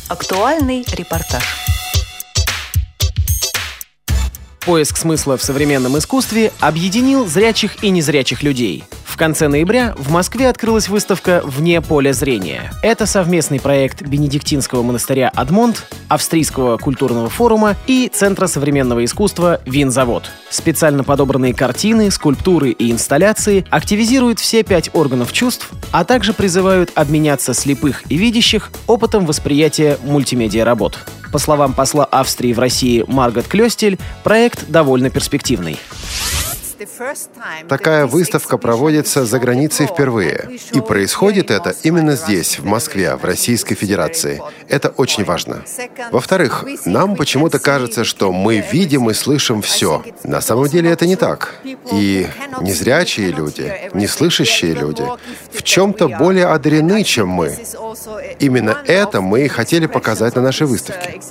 Актуальный репортаж. Поиск смысла в современном искусстве объединил зрячих и незрячих людей. В конце ноября в Москве открылась выставка «Вне поля зрения». Это совместный проект Бенедиктинского монастыря «Адмонт», Австрийского культурного форума и Центра современного искусства «Винзавод». Специально подобранные картины, скульптуры и инсталляции активизируют все 5 органов чувств, а также призывают обменяться слепых и видящих опытом восприятия мультимедиа-работ. По словам посла Австрии в России Маргот Клёстель, проект довольно перспективный. Такая выставка проводится за границей впервые. И происходит это именно здесь, в Москве, в Российской Федерации. Это очень важно. Во-вторых, нам почему-то кажется, что мы видим и слышим все. На самом деле это не так. И незрячие люди, неслышащие люди в чем-то более одарены, чем мы. Именно это мы и хотели показать на нашей выставке.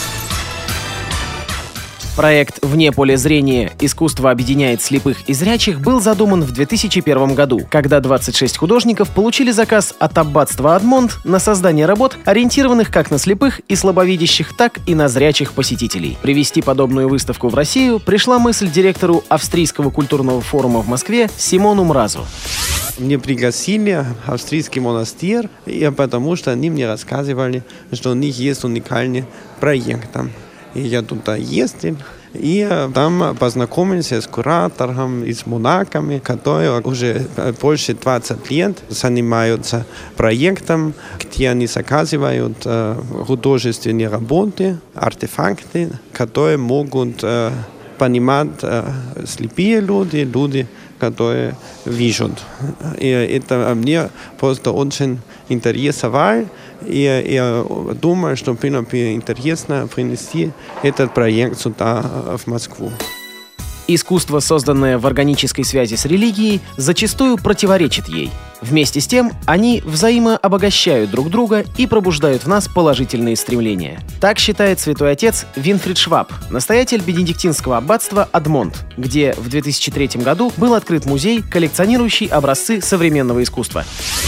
Проект «Вне поля зрения. Искусство объединяет слепых и зрячих» был задуман в 2001 году, когда 26 художников получили заказ от аббатства Адмонт на создание работ, ориентированных как на слепых и слабовидящих, так и на зрячих посетителей. Привести подобную выставку в Россию пришла мысль директору Австрийского культурного форума в Москве Симону Мразу. Мне пригласили австрийский монастырь, потому что они мне рассказывали, что у них есть уникальный проект. И я туда ездил, и там познакомился с куратором и с монахами, которые уже больше 20 лет занимаются проектом, где они заказывают художественные работы, артефакты, которые могут понимать слепые люди, которые видят. И это мне просто очень интересовало. И я думаю, что было бы интересно принести этот проект сюда, в Москву. Искусство, созданное в органической связи с религией, зачастую противоречит ей. Вместе с тем, они взаимообогащают друг друга и пробуждают в нас положительные стремления. Так считает святой отец Винфрид Шваб, настоятель бенедиктинского аббатства Адмонт, где в 2003 году был открыт музей, коллекционирующий образцы современного искусства.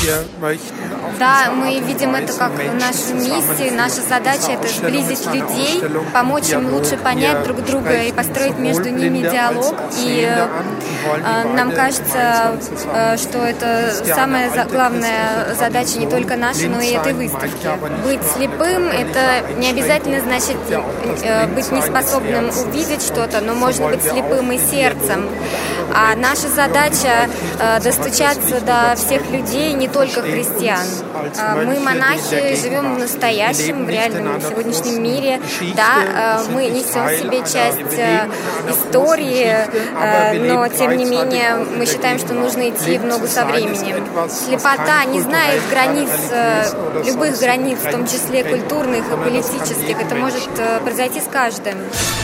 Да, мы видим это как нашу миссию, наша задача — это сблизить людей, помочь им лучше понять друг друга и построить между ними диалог. И нам кажется, что это самая главная задача не только наша, но и этой выставки. Быть слепым — это не обязательно значит быть неспособным увидеть что-то, но можно быть слепым и сердцем. А наша задача достучаться до всех людей, не только христиан. Мы, монахи, живем в настоящем, в реальном сегодняшнем мире. Да, мы несем в себе часть истории, но, тем не менее, мы считаем, что нужно идти в ногу со временем. Слепота не знает границ, любых границ, в том числе культурных и политических. Это может произойти с каждым.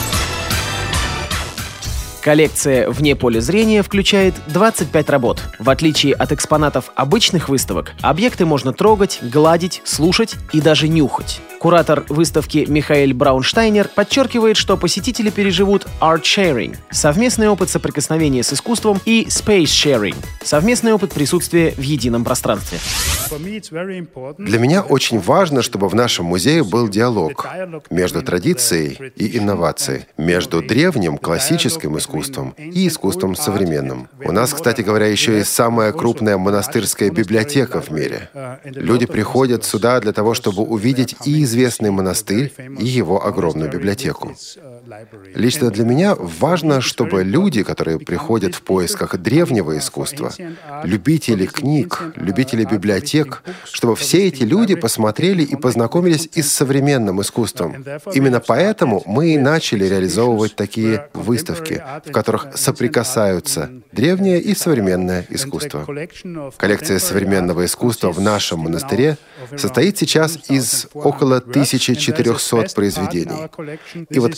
Коллекция «Вне поля зрения» включает 25 работ. В отличие от экспонатов обычных выставок, объекты можно трогать, гладить, слушать и даже нюхать. Куратор выставки Михаэль Браунштайнер подчеркивает, что посетители переживут art-sharing — совместный опыт соприкосновения с искусством, и space-sharing — совместный опыт присутствия в едином пространстве. Для меня очень важно, чтобы в нашем музее был диалог между традицией и инновацией, между древним классическим искусством и искусством современным. У нас, кстати говоря, еще есть самая крупная монастырская библиотека в мире. Люди приходят сюда для того, чтобы увидеть и известный монастырь, и его огромную библиотеку. Лично для меня важно, чтобы люди, которые приходят в поисках древнего искусства, любители книг, любители библиотек, чтобы все эти люди посмотрели и познакомились и с современным искусством. Именно поэтому мы и начали реализовывать такие выставки, в которых соприкасаются древнее и современное искусство. Коллекция современного искусства в нашем монастыре состоит сейчас из около 1400 произведений. И вот часть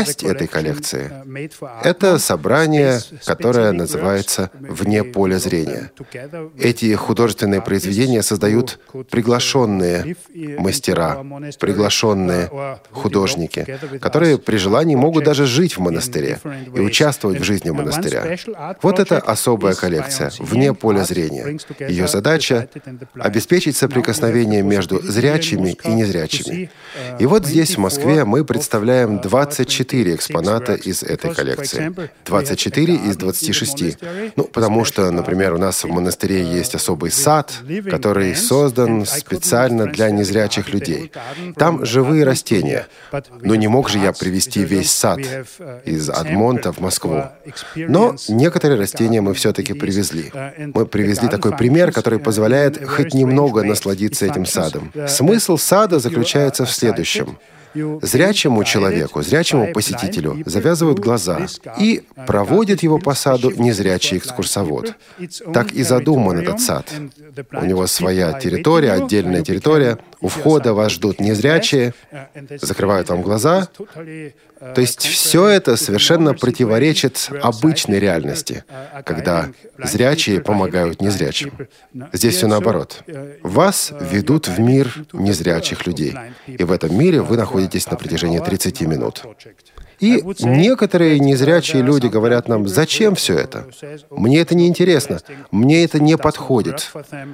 часть этой коллекции — это собрание, которое называется «Вне поля зрения». Эти художественные произведения создают приглашенные мастера, приглашенные художники, которые при желании могут даже жить в монастыре и участвовать в жизни монастыря. Вот это особая коллекция «Вне поля зрения». Ее задача — обеспечить соприкосновение между зрячими и незрячими. И вот здесь, в Москве, мы представляем 24 экспоната из этой коллекции. 24 из 26. Потому что, например, у нас в монастыре есть особый сад, который создан специально для незрячих людей. Там живые растения. Но не мог же я привезти весь сад из Адмонта в Москву. Но некоторые растения мы все-таки привезли. Мы привезли такой пример, который позволяет хоть немного насладиться этим садом. Смысл сада заключается в следующем. Зрячему человеку, зрячему посетителю завязывают глаза и проводит его по саду незрячий экскурсовод. Так и задуман этот сад. У него своя территория, отдельная территория. У входа вас ждут незрячие, закрывают вам глаза. То есть все это совершенно противоречит обычной реальности, когда зрячие помогают незрячим. Здесь все наоборот. Вас ведут в мир незрячих людей. И в этом мире вы находитесь на протяжении 30 минут. И некоторые незрячие люди говорят нам: зачем все это? Мне это не интересно, мне это не подходит.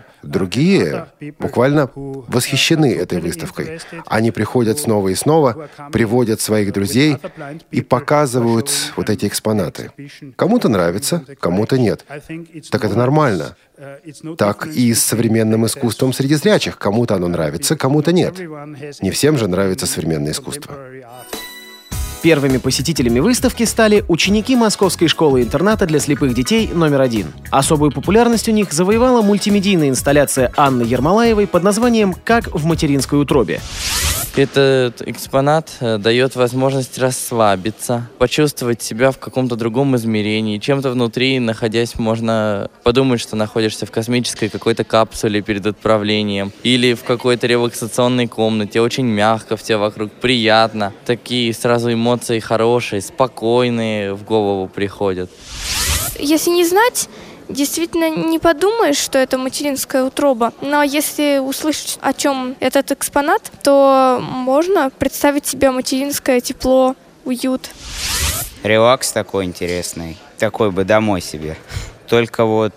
Другие буквально восхищены этой выставкой. Они приходят снова и снова, приводят своих друзей и показывают вот эти экспонаты. Кому-то нравится, кому-то нет. Так это нормально. Так и с современным искусством среди зрячих. Кому-то оно нравится, кому-то нет. Не всем же нравится современное искусство. Первыми посетителями выставки стали ученики Московской школы-интерната для слепых детей номер 1. Особую популярность у них завоевала мультимедийная инсталляция Анны Ермолаевой под названием «Как в материнской утробе». Этот экспонат дает возможность расслабиться, почувствовать себя в каком-то другом измерении. Чем-то внутри, находясь, можно подумать, что находишься в космической какой-то капсуле перед отправлением или в какой-то релаксационной комнате. Очень мягко, все вокруг приятно. Такие сразу эмоции хорошие, спокойные в голову приходят. Если не знать, действительно не подумаешь, что это материнская утроба. Но если услышать, о чем этот экспонат, то можно представить себе материнское тепло, уют. Релакс такой интересный. Такой бы домой себе. Только вот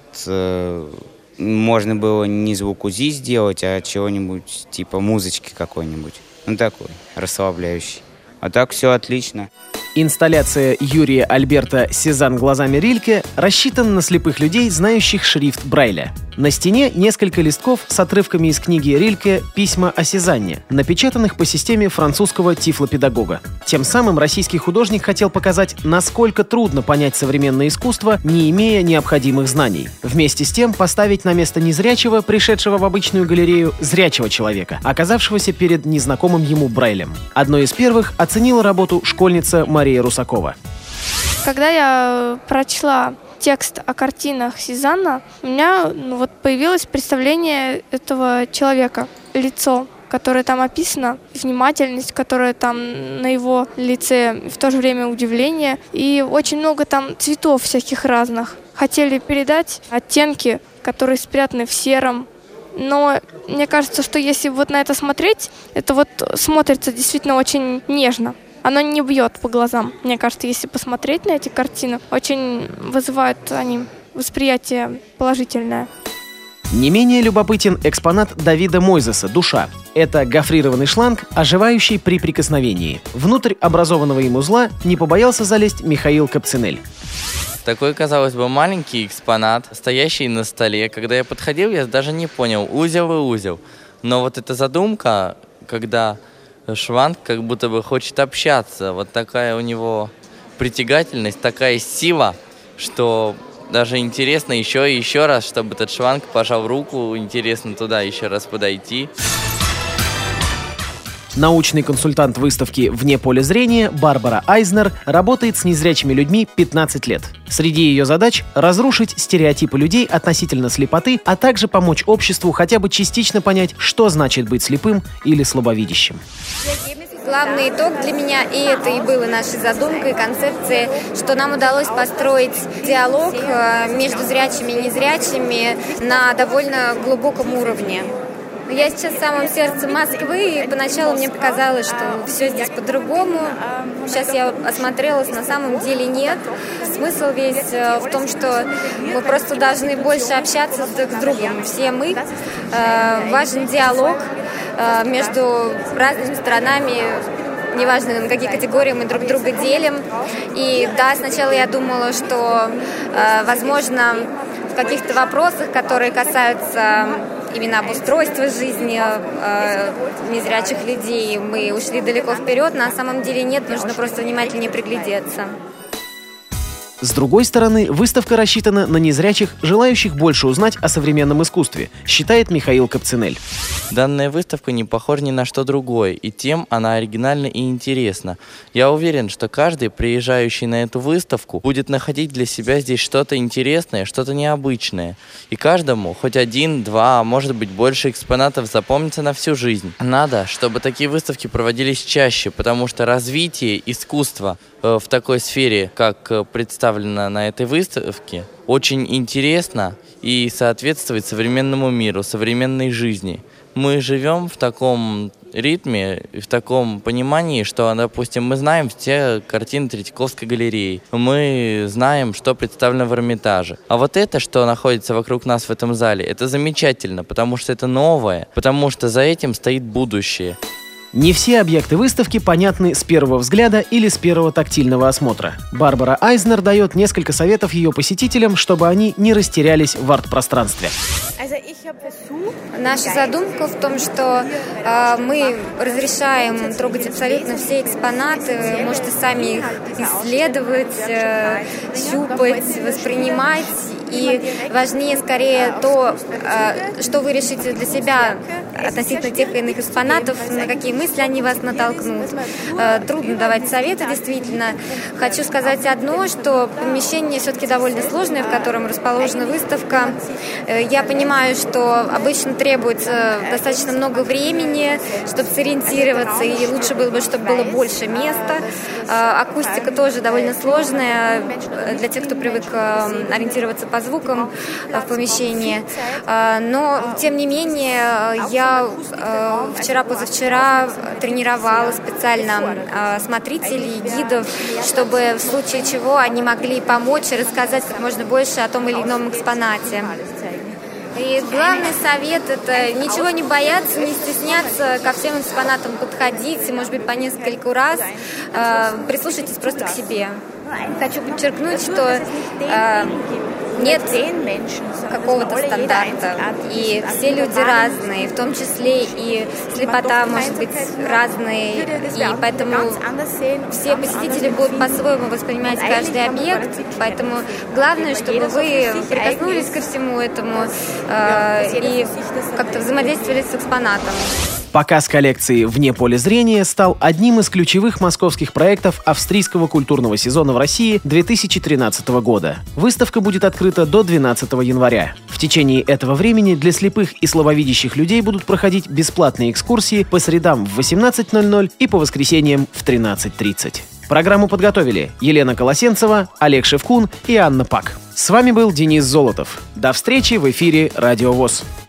можно было не звук УЗИ сделать, а чего-нибудь типа музычки какой-нибудь. Такой, расслабляющий. А так все отлично. Инсталляция Юрия Альберта «Сезанн глазами Рильке» рассчитана на слепых людей, знающих шрифт Брайля. На стене несколько листков с отрывками из книги Рильке «Письма о Сезанне», напечатанных по системе французского тифлопедагога. Тем самым российский художник хотел показать, насколько трудно понять современное искусство, не имея необходимых знаний. Вместе с тем поставить на место незрячего, пришедшего в обычную галерею, зрячего человека, оказавшегося перед незнакомым ему Брайлем. Одной из первых оценила работу школьница Мария Русакова. Когда я прочла текст о картинах Сезанна, у меня появилось представление этого человека, лицо, которое там описано, внимательность, которая там на его лице, и в то же время удивление. И очень много там цветов всяких разных. Хотели передать оттенки, которые спрятаны в сером. Но мне кажется, что если на это смотреть, это смотрится действительно очень нежно. Оно не бьет по глазам. Мне кажется, если посмотреть на эти картины, очень вызывают они восприятие положительное. Не менее любопытен экспонат Давида Мойзеса «Душа». Это гофрированный шланг, оживающий при прикосновении. Внутрь образованного им узла не побоялся залезть Михаил Капцинель. Такой, казалось бы, маленький экспонат, стоящий на столе. Когда я подходил, я даже не понял, узел и узел. Но эта задумка, когда шланг как будто бы хочет общаться. Такая у него притягательность, такая сила, что даже интересно еще и еще раз, чтобы этот шланг пожал руку, интересно туда еще раз подойти. Научный консультант выставки «Вне поля зрения» Барбара Айзнер работает с незрячими людьми 15 лет. Среди ее задач — разрушить стереотипы людей относительно слепоты, а также помочь обществу хотя бы частично понять, что значит быть слепым или слабовидящим. Главный итог для меня, и это и было нашей задумкой, концепцией, что нам удалось построить диалог между зрячими и незрячими на довольно глубоком уровне. Я сейчас в самом сердце Москвы, и поначалу мне показалось, что все здесь по-другому. Сейчас я осмотрелась, на самом деле нет. Смысл весь в том, что мы просто должны больше общаться друг с другом. Все мы. Важен диалог между разными сторонами, неважно, на какие категории мы друг друга делим. И да, сначала я думала, что, возможно, в каких-то вопросах, которые касаются именно обустройства жизни незрячих людей, мы ушли далеко вперед. На самом деле нет, нужно просто внимательнее приглядеться. С другой стороны, выставка рассчитана на незрячих, желающих больше узнать о современном искусстве, считает Михаил Капцинель. Данная выставка не похожа ни на что другое, и тем она оригинальна и интересна. Я уверен, что каждый, приезжающий на эту выставку, будет находить для себя здесь что-то интересное, что-то необычное. И каждому хоть один, два, а может быть больше экспонатов запомнится на всю жизнь. Надо, чтобы такие выставки проводились чаще, потому что развитие искусства в такой сфере, как представлено на этой выставке, очень интересно и соответствует современному миру, современной жизни. Мы живем в таком ритме, в таком понимании, что, допустим, мы знаем все картины Третьяковской галереи, мы знаем, что представлено в Эрмитаже. А вот это, что находится вокруг нас в этом зале, это замечательно, потому что это новое, потому что за этим стоит будущее. Не все объекты выставки понятны с первого взгляда или с первого тактильного осмотра. Барбара Айзнер дает несколько советов ее посетителям, чтобы они не растерялись в арт-пространстве. Наша задумка в том, что мы разрешаем трогать абсолютно все экспонаты, можете сами их исследовать, щупать, воспринимать. И важнее скорее то, что вы решите для себя относительно тех или иных экспонатов, на какие мысли они вас натолкнут. Трудно давать советы, действительно. Хочу сказать одно, что помещение все-таки довольно сложное, в котором расположена выставка. Я понимаю, что обычно требуется достаточно много времени, чтобы сориентироваться, и лучше было бы, чтобы было больше места. Акустика тоже довольно сложная для тех, кто привык ориентироваться по звукам в помещении. Но, тем не менее, я вчера-позавчера тренировала специально смотрителей и гидов, чтобы в случае чего они могли помочь и рассказать как можно больше о том или ином экспонате. И главный совет – это ничего не бояться, не стесняться, ко всем экспонатам подходить, может быть, по нескольку раз. Прислушайтесь просто к себе. Хочу подчеркнуть, что нет какого-то стандарта, и все люди разные, в том числе и слепота может быть разной, и поэтому все посетители будут по-своему воспринимать каждый объект, поэтому главное, чтобы вы прикоснулись ко всему этому и как-то взаимодействовали с экспонатом. Показ коллекции «Вне поля зрения» стал одним из ключевых московских проектов австрийского культурного сезона в России 2013 года. Выставка будет открыта до 12 января. В течение этого времени для слепых и слабовидящих людей будут проходить бесплатные экскурсии по средам в 18:00 и по воскресеньям в 13:30. Программу подготовили Елена Колосенцева, Олег Шевкун и Анна Пак. С вами был Денис Золотов. До встречи в эфире «Радио ВОС».